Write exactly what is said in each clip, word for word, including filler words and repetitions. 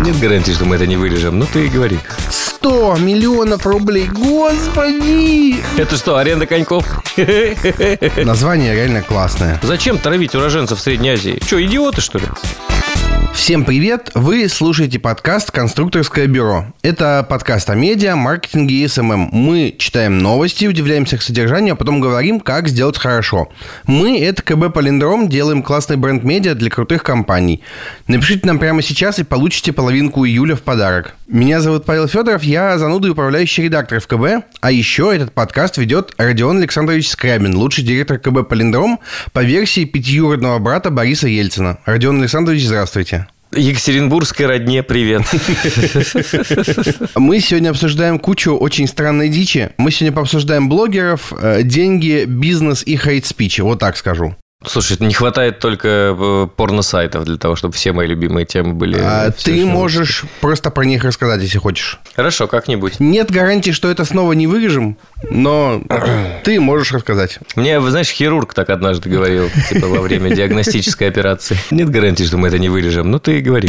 Нет гарантии, что мы это не вырежем. Ну ты и говори. сто миллионов рублей. Господи! Это что, аренда коньков? Название реально классное. Зачем травить уроженцев Средней Азии? Че, идиоты, что ли? Всем привет! Вы слушаете подкаст «Конструкторское бюро». Это подкаст о медиа, маркетинге и эс эм эм. Мы читаем новости, удивляемся их содержанию, а потом говорим, как сделать хорошо. Мы – это КБ Полиндром, делаем классный бренд медиа для крутых компаний. Напишите нам прямо сейчас и получите половинку июля в подарок. Меня зовут Павел Федоров, я зануда и управляющий редактор в КБ. А еще этот подкаст ведет Родион Александрович Скрябин, лучший директор КБ Полиндром по версии пятиюродного брата Бориса Ельцина. Родион Александрович, здравствуйте. Екатеринбургской родне привет. Мы сегодня обсуждаем кучу очень странной дичи. Мы сегодня пообсуждаем блогеров, деньги, бизнес и хейт-спичи. Вот так скажу. Слушай, не хватает только порно-сайтов для того, чтобы все мои любимые темы были... А ты можешь просто про них рассказать, если хочешь. Хорошо, как-нибудь. Нет гарантии, что это снова не вырежем, но ты можешь рассказать. Мне, вы знаешь, хирург так однажды говорил, типа во время диагностической операции. Нет гарантии, что мы это не вырежем. Ну, ты и говори.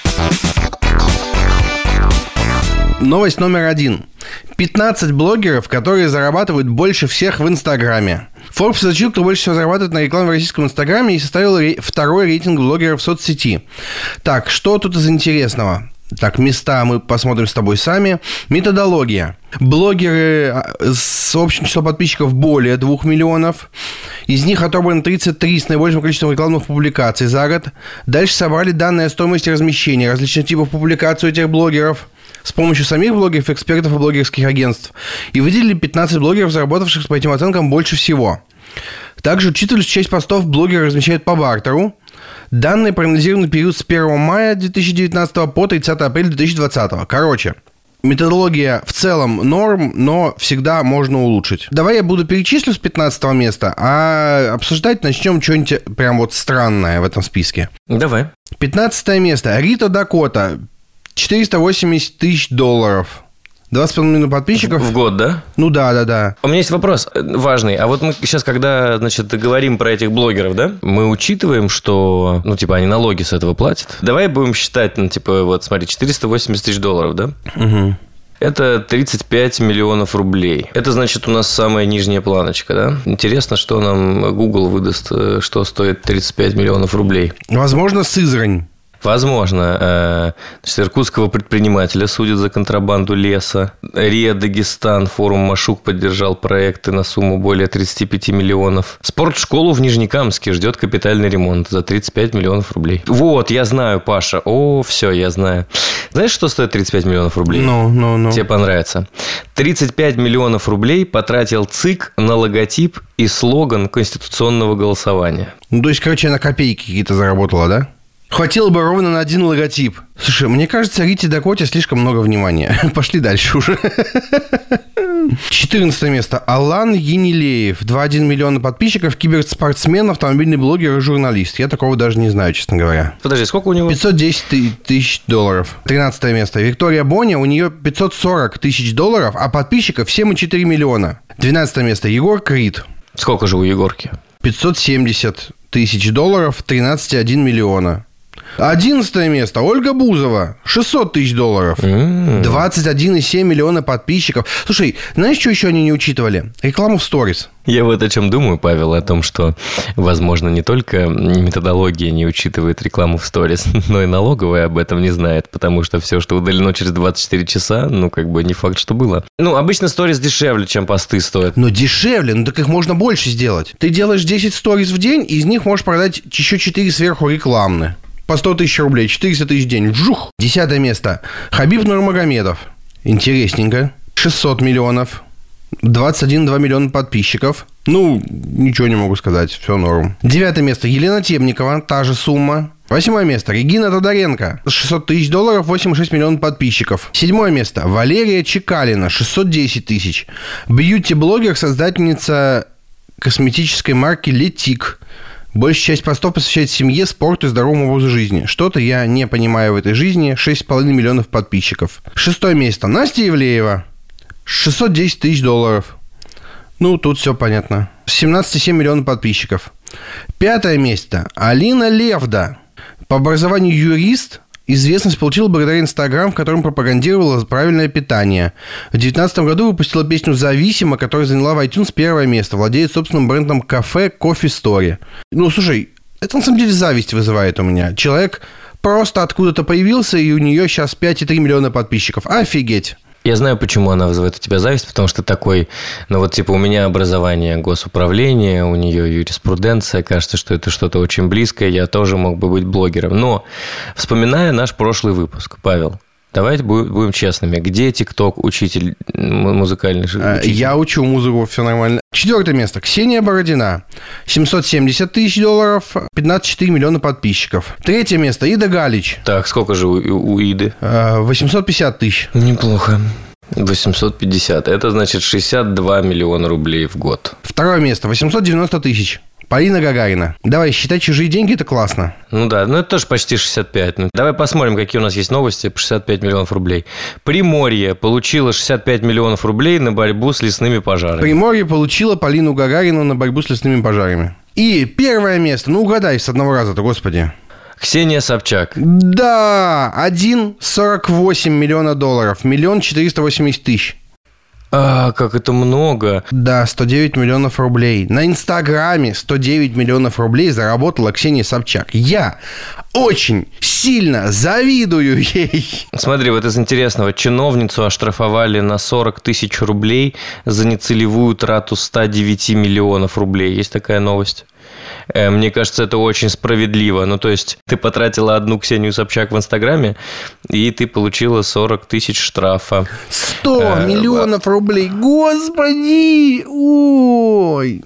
Новость номер один. пятнадцать блогеров, которые зарабатывают больше всех в Инстаграме. Forbes изучил, кто больше всего зарабатывает на рекламе в российском Инстаграме, и составил рей- второй рейтинг блогеров в соцсети. Так, что тут из интересного? Так, места мы посмотрим с тобой сами. Методология. Блогеры с общим числом подписчиков более двух миллионов. Из них отобрано тридцать три с наибольшим количеством рекламных публикаций за год. Дальше собрали данные о стоимости размещения различных типов публикаций у этих блогеров с помощью самих блогеров, экспертов и блогерских агентств. И выделили пятнадцать блогеров, заработавших по этим оценкам больше всего. Также учитывали, что часть постов блогеры размещают по бартеру. Данные проанализированы в период с первого мая две тысячи девятнадцатого по тридцатого апреля две тысячи двадцатого. Короче, методология в целом норм, но всегда можно улучшить. Давай я буду перечислю с пятнадцатого места, а обсуждать начнем что-нибудь прям вот странное в этом списке. Давай. пятнадцатое место. Рита Дакота. четыреста восемьдесят тысяч долларов. двадцать пять миллионов подписчиков. В год, да? Ну да, да, да. У меня есть вопрос важный. А вот мы сейчас, когда, значит, говорим про этих блогеров, да, мы учитываем, что, ну, типа, они налоги с этого платят. Давай будем считать, ну, типа, вот, смотри, четыреста восемьдесят тысяч долларов, да? Угу. Это тридцать пять миллионов рублей. Это, значит, у нас самая нижняя планочка, да? Интересно, что нам Google выдаст, что стоит тридцать пять миллионов рублей. Возможно, Сызрань. Возможно. Значит, иркутского предпринимателя судят за контрабанду леса. РИА Дагестан, форум Машук поддержал проекты на сумму более тридцать пять миллионов. Спортшколу в Нижнекамске ждет капитальный ремонт за тридцать пять миллионов рублей. Вот, я знаю, Паша. О, все, я знаю. Знаешь, что стоит тридцать пять миллионов рублей? Ну, ну, ну. Тебе понравится. тридцать пять миллионов рублей потратил ЦИК на логотип и слоган конституционного голосования. Ну, то есть, короче, она копейки какие-то заработала, да? Хватило бы ровно на один логотип. Слушай, мне кажется, Рите Дакоте слишком много внимания. Пошли дальше уже. четырнадцатое место. Алан Енилеев. два целых один миллиона подписчиков. Киберспортсмен, автомобильный блогер и журналист. Я такого даже не знаю, честно говоря. Подожди, сколько у него? пятьсот десять тысяч долларов. тринадцатое место. Виктория Боня. У нее пятьсот сорок тысяч долларов, а подписчиков семь целых четыре миллиона. двенадцатое место. Егор Крид. Сколько же у Егорки? пятьсот семьдесят тысяч долларов. тринадцать целых один миллиона. Одиннадцатое место. Ольга Бузова. шестьсот тысяч долларов. двадцать один целых семь миллиона подписчиков. Слушай, знаешь, что еще они не учитывали? Рекламу в сторис. Я вот о чем думаю, Павел, о том, что, возможно, не только методология не учитывает рекламу в сторис, но и налоговая об этом не знает, потому что все, что удалено через двадцать четыре часа, ну, как бы не факт, что было. Ну, обычно сторис дешевле, чем посты стоят. Но дешевле? Ну, так их можно больше сделать. Ты делаешь десять сторис в день, и из них можешь продать еще четыре сверху рекламные. По сто тысяч рублей, четыреста тысяч в день. Вжух! Десятое место. Хабиб Нурмагомедов. Интересненько. шестьсот миллионов. двадцать один целых два миллиона подписчиков. Ну, ничего не могу сказать. Все норм. Девятое место. Елена Темникова. Та же сумма. Восьмое место. Регина Тодоренко. шестьсот тысяч долларов, восемь целых шесть десятых миллиона подписчиков. Седьмое место. Валерия Чекалина. шестьсот десять тысяч. Бьюти-блогер, создательница косметической марки Летик. Большая часть постов посвящает семье, спорту и здоровому образу жизни. Что-то я не понимаю в этой жизни. шесть целых пять миллионов подписчиков. Шестое место. Настя Ивлеева. шестьсот десять тысяч долларов. Ну, тут все понятно. семнадцать целых семь десятых миллиона подписчиков. Пятое место. Алина Левда. По образованию юрист, известность получила благодаря Инстаграм, в котором пропагандировала правильное питание. В две тысячи девятнадцатом году выпустила песню «Зависимо», которая заняла в iTunes первое место. Владеет собственным брендом кафе Coffee Story. Ну, слушай, это на самом деле зависть вызывает у меня. Человек просто откуда-то появился, и у нее сейчас пять целых три миллиона подписчиков. Офигеть! Я знаю, почему она вызывает у тебя зависть, потому что такой, ну вот типа у меня образование госуправления, у нее юриспруденция, кажется, что это что-то очень близкое, я тоже мог бы быть блогером. Но, вспоминая наш прошлый выпуск, Павел, давайте будем честными. Где ТикТок, учитель музыкальный? Учитель? Я учу музыку, все нормально. Четвертое место. Ксения Бородина. семьсот семьдесят тысяч долларов, пятнадцать целых четыре миллиона подписчиков. Третье место. Ида Галич. Так, сколько же у, у Иды? восемьсот пятьдесят тысяч. Неплохо. восемьсот пятьдесят. Это значит шестьдесят два миллиона рублей в год. Второе место. восемьсот девяносто тысяч. Полина Гагарина. Давай, считать чужие деньги, это классно. Ну да, ну это тоже почти шестьдесят пять. Ну, давай посмотрим, какие у нас есть новости по шестьдесят пять миллионов рублей. Приморье получило шестьдесят пять миллионов рублей на борьбу с лесными пожарами. Приморье получило Полину Гагарину на борьбу с лесными пожарами. И первое место, ну угадай с одного раза-то, господи. Ксения Собчак. Да, один целых сорок восемь миллиона долларов, миллион четыреста восемьдесят тысяч. А, как это много. Да, сто девять миллионов рублей. На Инстаграме сто девять миллионов рублей заработала Ксения Собчак. Я очень сильно завидую ей. Смотри, вот из интересного. Чиновницу оштрафовали на сорок тысяч рублей за нецелевую трату сто девять миллионов рублей. Есть такая новость. Мне кажется, это очень справедливо. Ну, то есть, ты потратила одну Ксению Собчак в Инстаграме, и ты получила сорок тысяч штрафа. сто миллионов рублей! Господи! Ой!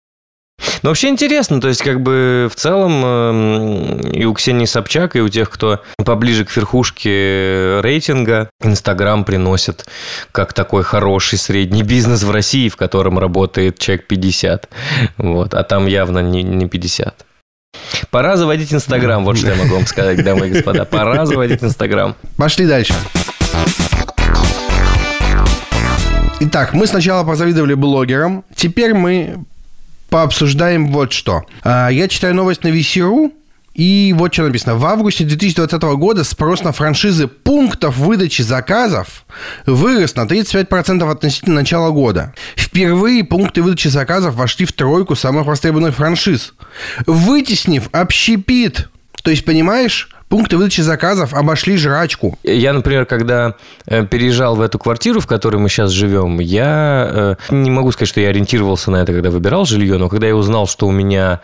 Ну, вообще интересно, то есть, как бы, в целом и у Ксении Собчак, и у тех, кто поближе к верхушке рейтинга, Инстаграм приносит как такой хороший средний бизнес в России, в котором работает человек пятьдесят. Вот, а там явно не, не пятьдесят. Пора заводить Инстаграм, вот что я могу вам сказать, дамы и господа. Пора заводить Инстаграм. Пошли дальше. Итак, мы сначала позавидовали блогерам, теперь мы пообсуждаем вот что. Я читаю новость на ви си точка ру, и вот что написано. В августе две тысячи двадцатого года спрос на франшизы пунктов выдачи заказов вырос на тридцать пять процентов относительно начала года. Впервые пункты выдачи заказов вошли в тройку самых востребованных франшиз, вытеснив общепит. То есть, понимаешь, пункты выдачи заказов обошли жрачку. Я, например, когда переезжал в эту квартиру, в которой мы сейчас живем, я не могу сказать, что я ориентировался на это, когда выбирал жилье, но когда я узнал, что у меня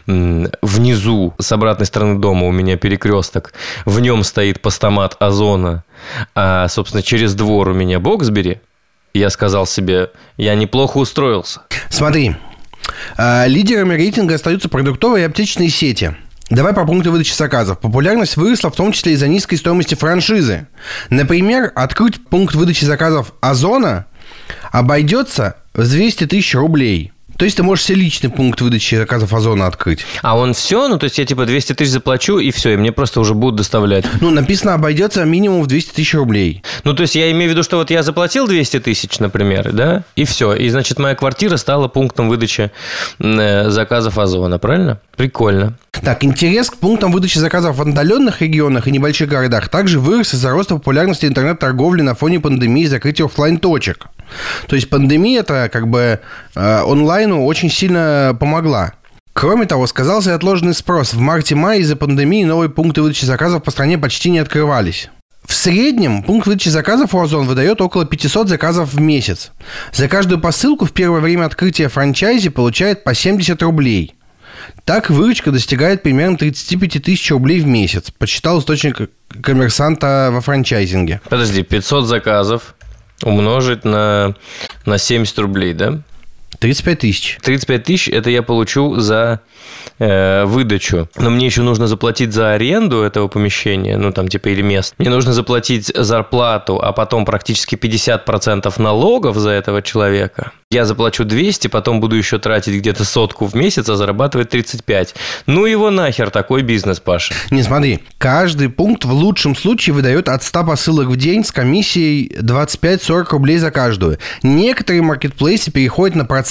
внизу, с обратной стороны дома, у меня перекресток, в нем стоит постамат Озона, а, собственно, через двор у меня Боксбери, я сказал себе, я неплохо устроился. Смотри, лидерами рейтинга остаются продуктовые и аптечные сети. Давай про пункты выдачи заказов. Популярность выросла в том числе из-за низкой стоимости франшизы. Например, открыть пункт выдачи заказов Озона обойдется в двести тысяч рублей. То есть ты можешь себе личный пункт выдачи заказов Озона открыть. А он все? Ну, то есть я типа двести тысяч заплачу, и все, и мне просто уже будут доставлять. Ну, написано, обойдется минимум в двести тысяч рублей. Ну, то есть я имею в виду, что вот я заплатил двести тысяч, например, да, и все. И, значит, моя квартира стала пунктом выдачи заказов Озона, правильно? Прикольно. Так, интерес к пунктам выдачи заказов в отдаленных регионах и небольших городах также вырос из-за роста популярности интернет-торговли на фоне пандемии и закрытия офлайн-точек. То есть пандемия-то как бы э, онлайну очень сильно помогла. Кроме того, сказался и отложенный спрос. В марте-мае из-за пандемии новые пункты выдачи заказов по стране почти не открывались. В среднем пункт выдачи заказов у Озон выдает около пятьсот заказов в месяц. За каждую посылку в первое время открытия франчайзи получает по семьдесят рублей. Так выручка достигает примерно тридцать пять тысяч рублей в месяц, подсчитал источник коммерсанта во франчайзинге. Подожди, пятьсот заказов умножить на, на семьдесят рублей, да? тридцать пять тысяч. тридцать пять тысяч – это я получу за э, выдачу. Но мне еще нужно заплатить за аренду этого помещения, ну, там, типа, или мест. Мне нужно заплатить зарплату, а потом практически пятьдесят процентов налогов за этого человека. Я заплачу двести, потом буду еще тратить где-то сотку в месяц, а зарабатывать тридцать пять. Ну, его нахер такой бизнес, Паша. Не, смотри, каждый пункт в лучшем случае выдает от ста посылок в день с комиссией двадцать пять - сорок рублей за каждую. Некоторые маркетплейсы переходят на процент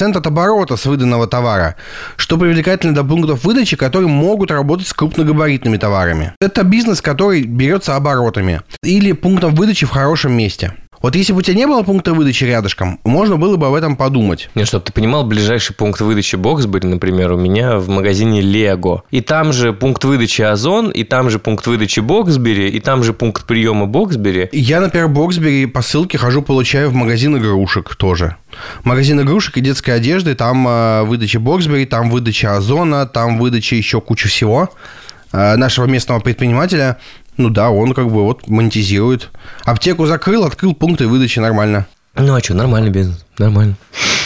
процент от оборота с выданного товара, что привлекательно для пунктов выдачи, которые могут работать с крупногабаритными товарами. Это бизнес, который берется оборотами или пунктом выдачи в хорошем месте. Вот если бы у тебя не было пункта выдачи рядышком, можно было бы об этом подумать. Нет, чтобы ты понимал, ближайший пункт выдачи Боксбери, например, у меня в магазине Лего. И там же пункт выдачи Озон, и там же пункт выдачи Боксбери, и там же пункт приема Боксбери. Я, например, Боксбери по ссылке хожу, получаю в магазин игрушек тоже. Магазин игрушек и детской одежды, там э, выдача Боксбери, там выдача Озона, там выдача еще куча всего. Э, нашего местного предпринимателя... Ну да, он как бы вот монетизирует. Аптеку закрыл, открыл пункты выдачи, нормально. Ну а что, нормальный бизнес, нормально.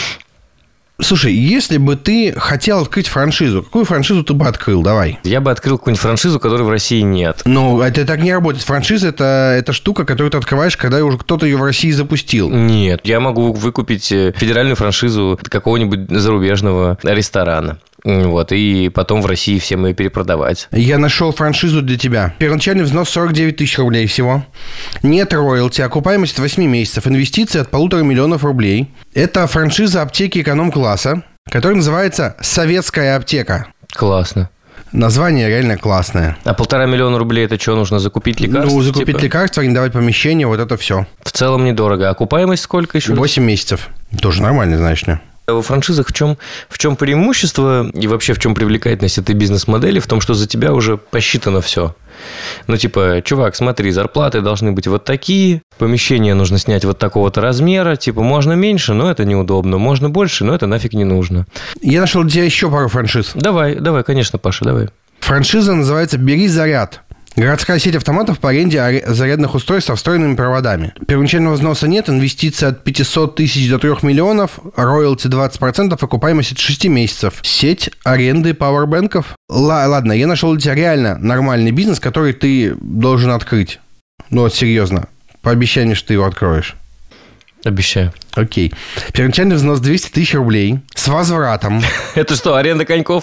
Слушай, если бы ты хотел открыть франшизу, какую франшизу ты бы открыл? Давай. Я бы открыл какую-нибудь франшизу, которой в России нет. Ну, это так не работает. Франшиза это, – это штука, которую ты открываешь, когда уже кто-то ее в России запустил. Нет, я могу выкупить федеральную франшизу какого-нибудь зарубежного ресторана. Вот, и потом в России всем ее перепродавать. Я нашел франшизу для тебя. Первоначальный взнос сорок девять тысяч рублей всего. Нет роялти, окупаемость от восьми месяцев, инвестиции от полутора миллионов рублей. Это франшиза аптеки эконом-класса, которая называется «Советская аптека». Классно. Название реально классное. А полтора миллиона рублей это что, нужно закупить лекарства? Ну, закупить типа? лекарства, арендовать помещение, вот это все. В целом недорого. Окупаемость сколько еще? восемь месяцев. Тоже нормально, знаешь ли. Во франшизах в чем, в чем преимущество и вообще в чем привлекательность этой бизнес-модели? В том, что за тебя уже посчитано все. Ну, типа, чувак, смотри, зарплаты должны быть вот такие, помещение нужно снять вот такого-то размера, типа, можно меньше, но это неудобно, можно больше, но это нафиг не нужно. Я нашел для тебя еще пару франшиз. Давай, давай, конечно, Паша, давай. Франшиза называется «Бери заряд». Городская сеть автоматов по аренде зарядных устройств со встроенными проводами. Первоначального взноса нет, инвестиции от пятьсот тысяч до трёх миллионов, роялти двадцать процентов, окупаемость от шести месяцев. Сеть аренды пауэрбэнков. Л- ладно, я нашел для тебя реально нормальный бизнес, который ты должен открыть. Ну вот серьезно, по обещанию, что ты его откроешь. Обещаю. Окей. Первоначальный взнос двести тысяч рублей с возвратом. Это что, аренда коньков?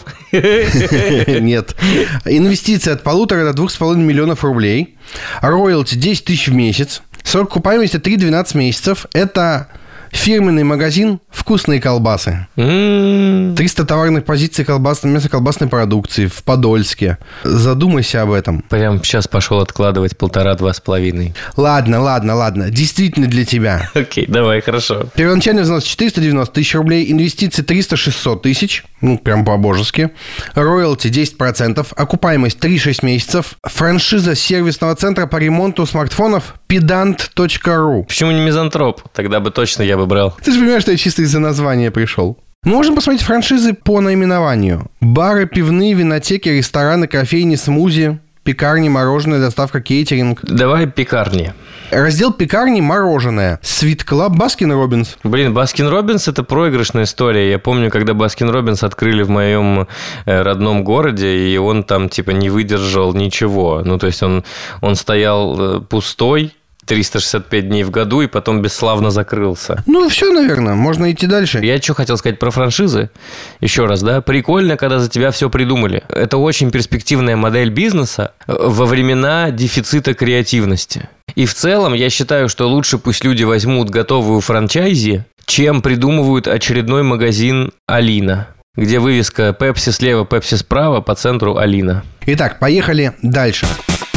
Нет. Инвестиции от полутора до двух с половиной миллионов рублей. Роялти десять тысяч в месяц. Срок окупаемости три-двенадцать месяцев. Это фирменный магазин «Вкусные колбасы». триста товарных позиций колбасной, мясоколбасной продукции в Подольске. Задумайся об этом. Прям сейчас пошел откладывать полтора-два с половиной. Ладно, ладно, ладно. Действительно для тебя. Окей, давай, хорошо. Первоначальный взнос четыреста девяносто тысяч рублей, инвестиции триста-шестьсот тысяч, ну, прям по-божески. Роялти десять процентов, окупаемость три-шесть месяцев. Франшиза сервисного центра по ремонту смартфонов педант точка ру. Почему не мизантроп? Тогда бы точно я бы брал. Ты же понимаешь, что я чисто из-за названия пришел. Мы можем посмотреть франшизы по наименованию. Бары, пивные, винотеки, рестораны, кофейни, смузи, пекарни, мороженое, доставка, кейтеринг. Давай пекарни. Раздел пекарни, мороженое. Свит Клаб, Баскин Роббинс. Блин, Баскин Роббинс – это проигрышная история. Я помню, когда Баскин Роббинс открыли в моем родном городе, и он там типа не выдержал ничего. Ну, то есть он, он стоял пустой триста шестьдесят пять дней в году, и потом бесславно закрылся. Ну, все, наверное, можно идти дальше. Я что хотел сказать про франшизы? Еще раз, да, прикольно, когда за тебя все придумали. Это очень перспективная модель бизнеса во времена дефицита креативности. И в целом, я считаю, что лучше пусть люди возьмут готовую франчайзи, чем придумывают очередной магазин «Алина», где вывеска «Пепси» слева, «Пепси» справа, по центру «Алина». Итак, поехали дальше.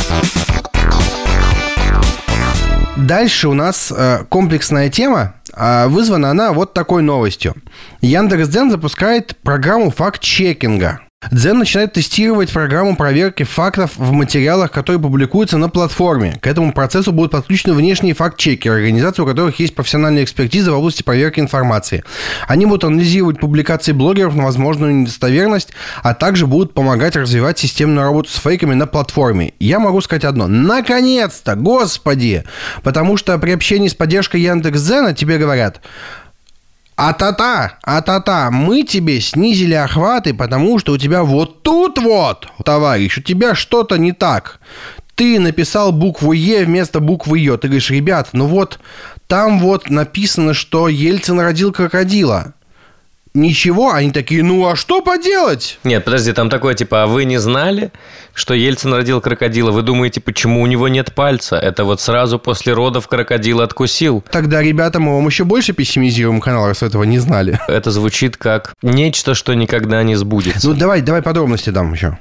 Дальше у нас э, комплексная тема. Э, вызвана она вот такой новостью. Яндекс.Дзен запускает программу факт-чекинга. Дзен начинает тестировать программу проверки фактов в материалах, которые публикуются на платформе. К этому процессу будут подключены внешние факт-чекеры, организации, у которых есть профессиональная экспертиза в области проверки информации. Они будут анализировать публикации блогеров на возможную недостоверность, а также будут помогать развивать системную работу с фейками на платформе. Я могу сказать одно. Наконец-то! Господи! Потому что при общении с поддержкой Яндекс.Дзена тебе говорят: А-та-та, а-та-та, мы тебе снизили охваты, потому что у тебя вот тут вот, товарищ, у тебя что-то не так. Ты написал букву Е вместо буквы Ё. Ты говоришь: ребят, ну вот там вот написано, что Ельцин родил крокодила. ничего, они такие, ну а что поделать? Нет, подожди, там такое, типа, а вы не знали, что Ельцин родил крокодила? Вы думаете, почему у него нет пальца? Это вот сразу после родов крокодил откусил. Тогда, ребята, мы вам еще больше пессимизируем канал, раз этого не знали. Это звучит как нечто, что никогда не сбудется. Ну, давай, давай подробности дам еще.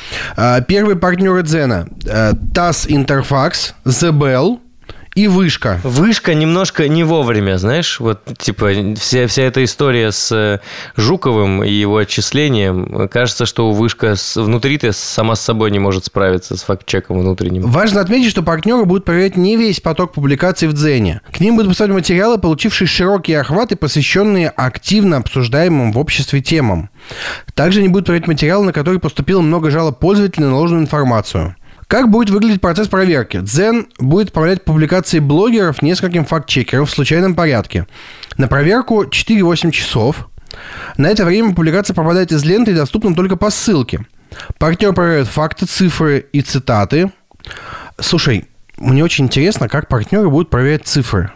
Первые партнеры Дзена. ТАСС Интерфакс, The Bell и Вышка. Вышка немножко не вовремя, знаешь, вот типа вся, вся эта история с Жуковым и его отчислением, кажется, что Вышка внутри-то сама с собой не может справиться с факт-чеком внутренним. Важно отметить, что партнеры будут проверять не весь поток публикаций в Дзене. К ним будут поставить материалы, получившие широкие охваты, посвященные активно обсуждаемым в обществе темам. Также они будут проверять материалы, на которые поступило много жалоб пользователей на ложную информацию. Как будет выглядеть процесс проверки? Дзен будет отправлять публикации блогеров нескольким факт-чекерам в случайном порядке. На проверку четыре-восемь часов. На это время публикация попадает из ленты и доступна только по ссылке. Партнер проверяет факты, цифры и цитаты. Слушай, мне очень интересно, как партнеры будут проверять цифры.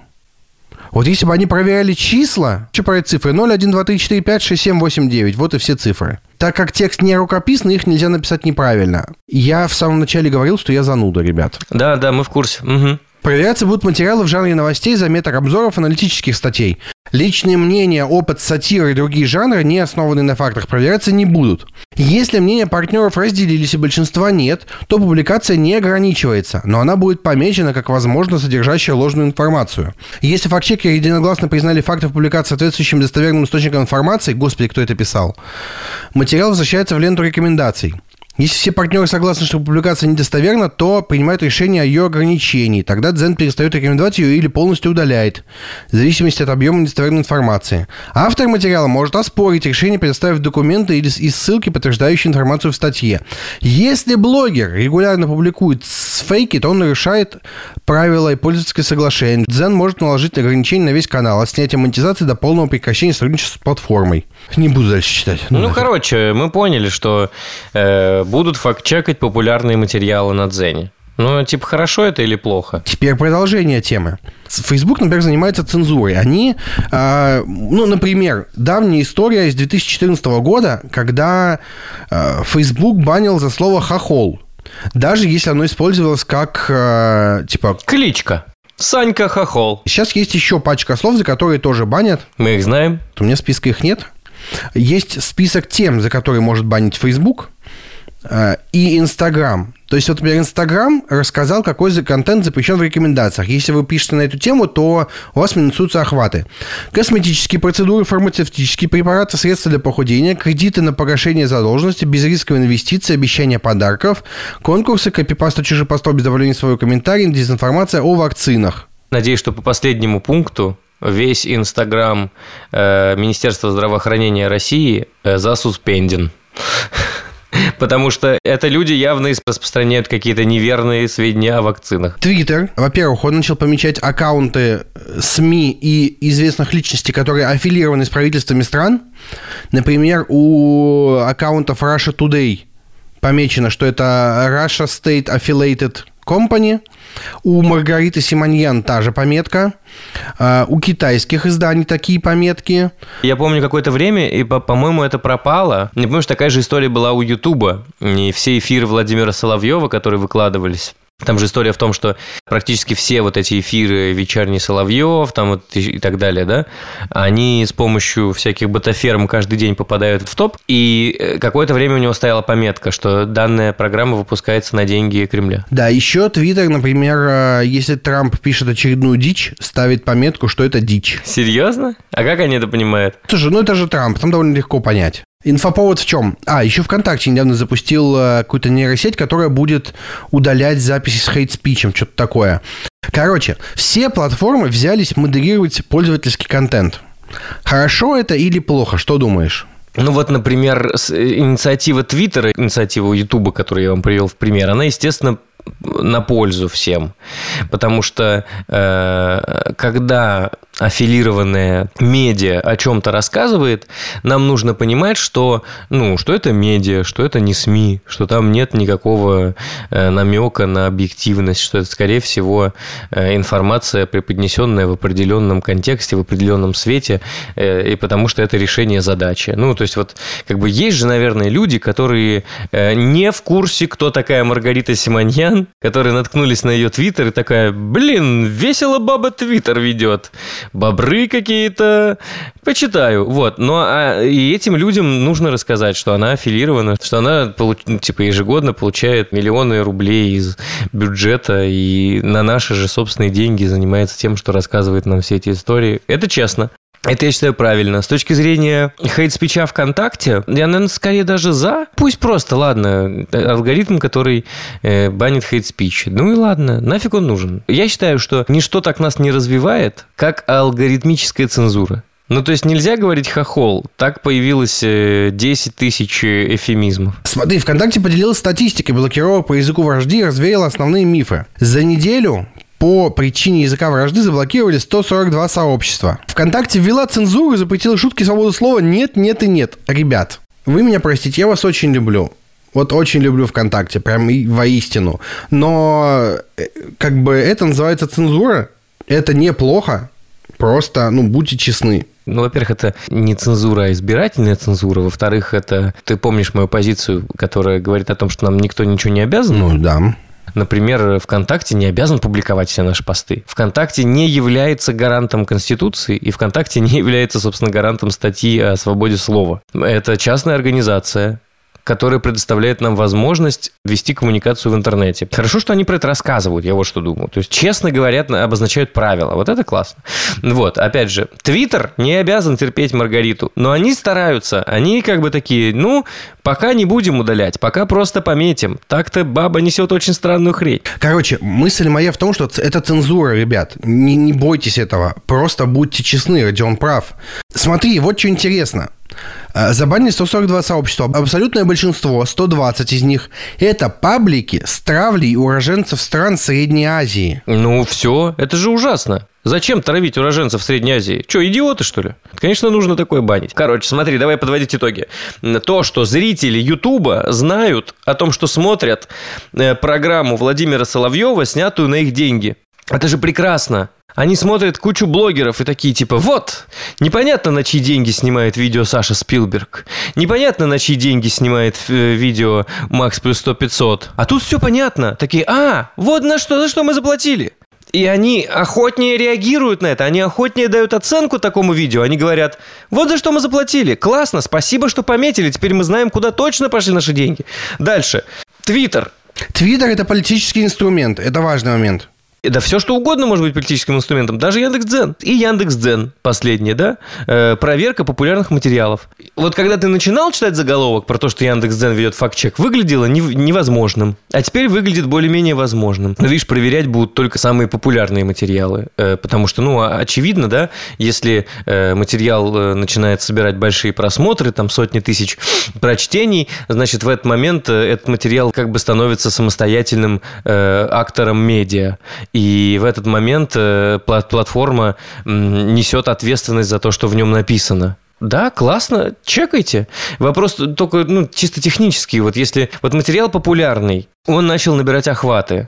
Вот если бы они проверяли числа, что проверять цифры? ноль, один, два, три, четыре, пять, шесть, семь, восемь, девять. Вот и все цифры. Так как текст не рукописный, их нельзя написать неправильно. Я в самом начале говорил, что я зануда, ребят. Да, да, мы в курсе. Угу. Проверяться будут материалы в жанре новостей, заметок, обзоров, аналитических статей. Личные мнения, опыт, сатира и другие жанры, не основанные на фактах, проверяться не будут. Если мнения партнеров разделились и большинства нет, то публикация не ограничивается, но она будет помечена как, возможно, содержащая ложную информацию. Если фактчекеры единогласно признали факты в публикации соответствующим достоверным источникам информации, господи, кто это писал, материал возвращается в ленту рекомендаций. Если все партнеры согласны, что публикация недостоверна, то принимают решение о ее ограничении. Тогда Дзен перестает рекомендовать ее или полностью удаляет, в зависимости от объема недостоверной информации. Автор материала может оспорить решение, предоставив документы или и ссылки, подтверждающие информацию в статье. Если блогер регулярно публикует фейки, то он нарушает правила и пользовательское соглашение. Дзен может наложить ограничения на весь канал, от снятия монетизации до полного прекращения сотрудничества с платформой. Не буду дальше читать. Ну, ну короче, мы поняли, что э, будут факт-чекать популярные материалы на Дзене. Ну, типа, хорошо это или плохо? Теперь продолжение темы. Facebook, например, занимается цензурой. Они, э, ну, например, давняя история из две тысячи четырнадцатого года, когда э, Facebook банил за слово «хохол», даже если оно использовалось как, э, типа... Кличка. Санька Хохол. Сейчас есть еще пачка слов, за которые тоже банят. Мы их знаем. У меня списка их нет. Есть список тем, за которые может банить Facebook э, и Instagram. То есть, вот, например, Instagram рассказал, какой контент запрещен в рекомендациях. Если вы пишете на эту тему, то у вас минусуются охваты. Косметические процедуры, фармацевтические препараты, средства для похудения, кредиты на погашение задолженности, безрисковые инвестиции, обещания подарков, конкурсы, копипаста чужих постов без добавления своего комментария, дезинформация о вакцинах. Надеюсь, что по последнему пункту весь Инстаграм э, Министерства здравоохранения России э, засуспенден. Потому что это люди явно распространяют какие-то неверные сведения о вакцинах. Твиттер, во-первых, он начал помечать аккаунты СМИ и известных личностей, которые аффилированы с правительствами стран. Например, у аккаунтов Russia Today помечено, что это Russia State Affiliated Company. У Маргариты Симоньян та же пометка. У китайских изданий такие пометки. Я помню какое-то время, и, по-моему, это пропало. Не помню, что такая же история была у Ютуба. И все эфиры Владимира Соловьева, которые выкладывались. Там же история в том, что практически все вот эти эфиры «Вечерний Соловьев» там вот и так далее, да, они с помощью всяких ботаферм каждый день попадают в топ, и какое-то время у него стояла пометка, что данная программа выпускается на деньги Кремля. Да, еще Твиттер, например, если Трамп пишет очередную дичь, ставит пометку, что это дичь. Серьезно? А как они это понимают? Слушай, ну это же Трамп, там довольно легко понять. Инфоповод в чем? А, еще ВКонтакте недавно запустил какую-то нейросеть, которая будет удалять записи с хейт-спичем, что-то такое. Короче, все платформы взялись модерировать пользовательский контент. Хорошо это или плохо? Что думаешь? Ну вот, например, инициатива Твиттера, инициатива Ютуба, которую я вам привел в пример, она, естественно, на пользу всем. Потому что э, когда аффилированная медиа о чем-то рассказывает, нам нужно понимать, что, ну, что это медиа, что это не СМИ, что там нет никакого э, намека на объективность, что это, скорее всего, э, информация, преподнесенная в определенном контексте, в определенном свете, э, и потому что это решение задачи. Ну, то есть, вот, как бы, есть же, наверное, люди, которые э, не в курсе, кто такая Маргарита Симоньян, которые наткнулись на ее твиттер и такая: блин, весело баба твиттер ведет. Бобры какие-то, почитаю. Вот. Но а, и этим людям нужно рассказать, что она аффилирована, что она получ, типа ежегодно получает миллионы рублей из бюджета и на наши же собственные деньги занимается тем, что рассказывает нам все эти истории. Это честно. Это, я считаю, правильно. С точки зрения хейт-спича ВКонтакте, я, наверное, скорее даже за. Пусть просто, ладно, алгоритм, который э, банит хейт-спич. Ну и ладно, нафиг он нужен. Я считаю, что ничто так нас не развивает, как алгоритмическая цензура. Ну, то есть нельзя говорить хохол. Так появилось десять тысяч эвфемизмов. Смотри, ВКонтакте поделилась статистикой блокировок по языку вражды и развеяла основные мифы. За неделю по причине языка вражды заблокировали сто сорок два сообщества. ВКонтакте ввела цензуру и запретила шутки свободы слова «нет, нет и нет». Ребят, вы меня простите, я вас очень люблю. Вот очень люблю ВКонтакте, прям и воистину. Но как бы это называется цензура. Это неплохо. Просто, ну, будьте честны. Ну, во-первых, это не цензура, а избирательная цензура. Во-вторых, это... Ты помнишь мою позицию, которая говорит о том, что нам никто ничего не обязан? Ну, да. Например, ВКонтакте не обязан публиковать все наши посты. ВКонтакте не является гарантом Конституции, и ВКонтакте не является, собственно, гарантом статьи о свободе слова. Это частная организация, которая предоставляет нам возможность вести коммуникацию в интернете. Хорошо, что они про это рассказывают, я вот что думаю. То есть, честно говорят, обозначают правила. Вот это классно. Вот, опять же, Твиттер не обязан терпеть Маргариту, но они стараются. Они как бы такие, ну, пока не будем удалять, пока просто пометим. Так-то баба несет очень странную хрень. Короче, мысль моя в том, что это цензура, ребят. Не, не бойтесь этого. Просто будьте честны, Родион прав. Смотри, вот что интересно. Забанили сто сорок два сообщества. Абсолютное большинство, сто двадцать из них, это паблики с травлей уроженцев стран Средней Азии. Ну, все, это же ужасно. Зачем травить уроженцев Средней Азии? Че, идиоты, что ли? Конечно, нужно такое банить. Короче, смотри, давай подводить итоги. То, что зрители Ютуба знают о том, что смотрят программу Владимира Соловьева, снятую на их деньги. Это же прекрасно. Они смотрят кучу блогеров и такие типа: вот, непонятно, на чьи деньги снимает видео Саша Спилберг. Непонятно, на чьи деньги снимает э, видео Макс плюс сто пятьсот. А тут все понятно. Такие: а, вот на что, за что мы заплатили. И они охотнее реагируют на это, они охотнее дают оценку такому видео. Они говорят: вот за что мы заплатили. Классно, спасибо, что пометили. Теперь мы знаем, куда точно пошли наши деньги. Дальше. Твиттер. Твиттер – это политический инструмент. Это важный момент. Да все, что угодно может быть политическим инструментом. Даже Яндекс.Дзен. И Яндекс.Дзен последнее, да? Э, проверка популярных материалов. Вот когда ты начинал читать заголовок про то, что Яндекс.Дзен ведет факт-чек, выглядело не, невозможным. А теперь выглядит более-менее возможным. Но, видишь, проверять будут только самые популярные материалы. Э, потому что, ну, очевидно, да, если э, материал э, начинает собирать большие просмотры, там сотни тысяч прочтений, значит, в этот момент э, этот материал как бы становится самостоятельным э, актором медиа. И в этот момент платформа несет ответственность за то, что в нем написано. Да, классно, чекайте. Вопрос только, ну, чисто технический. Вот если вот материал популярный, он начал набирать охваты,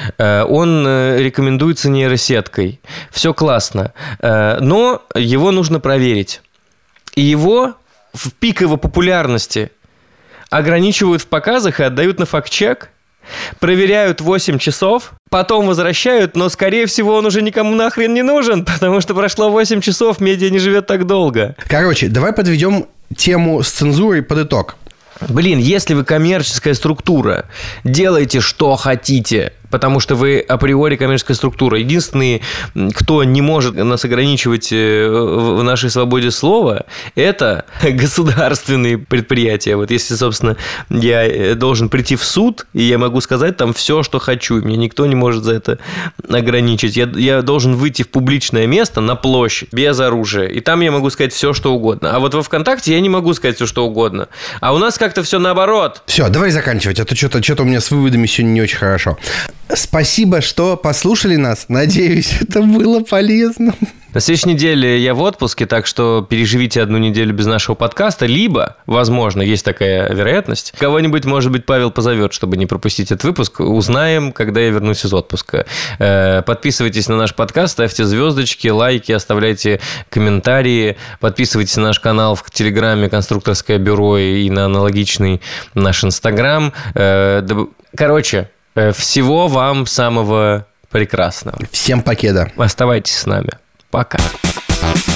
он рекомендуется нейросеткой, все классно, но его нужно проверить. И его в пик его популярности ограничивают в показах и отдают на факт-чек, проверяют восемь часов, потом возвращают, но, скорее всего, он уже никому нахрен не нужен, потому что прошло восемь часов, медиа не живет так долго. Короче, давай подведем тему с цензурой под итог. Блин, если вы коммерческая структура, делайте, что хотите. потому что вы априори коммерческая структура. Единственный, кто не может нас ограничивать в нашей свободе слова, это государственные предприятия. Вот если, собственно, я должен прийти в суд, и я могу сказать там все, что хочу, и меня никто не может за это ограничить. Я, я должен выйти в публичное место на площадь без оружия, и там я могу сказать все, что угодно. А вот во ВКонтакте я не могу сказать все, что угодно. А у нас как-то все наоборот. Все, давай заканчивать, а то что-то, что-то у меня с выводами сегодня не очень хорошо. Спасибо, что послушали нас. Надеюсь, это было полезно. На следующей неделе я в отпуске, так что переживите одну неделю без нашего подкаста, либо, возможно, есть такая вероятность, кого-нибудь, может быть, Павел позовет, чтобы не пропустить этот выпуск. Узнаем, когда я вернусь из отпуска. Подписывайтесь на наш подкаст, ставьте звездочки, лайки, оставляйте комментарии, подписывайтесь на наш канал в Телеграме «Конструкторское бюро» и на аналогичный наш Инстаграм. Короче, всего вам самого прекрасного. Всем покеда. Оставайтесь с нами. Пока.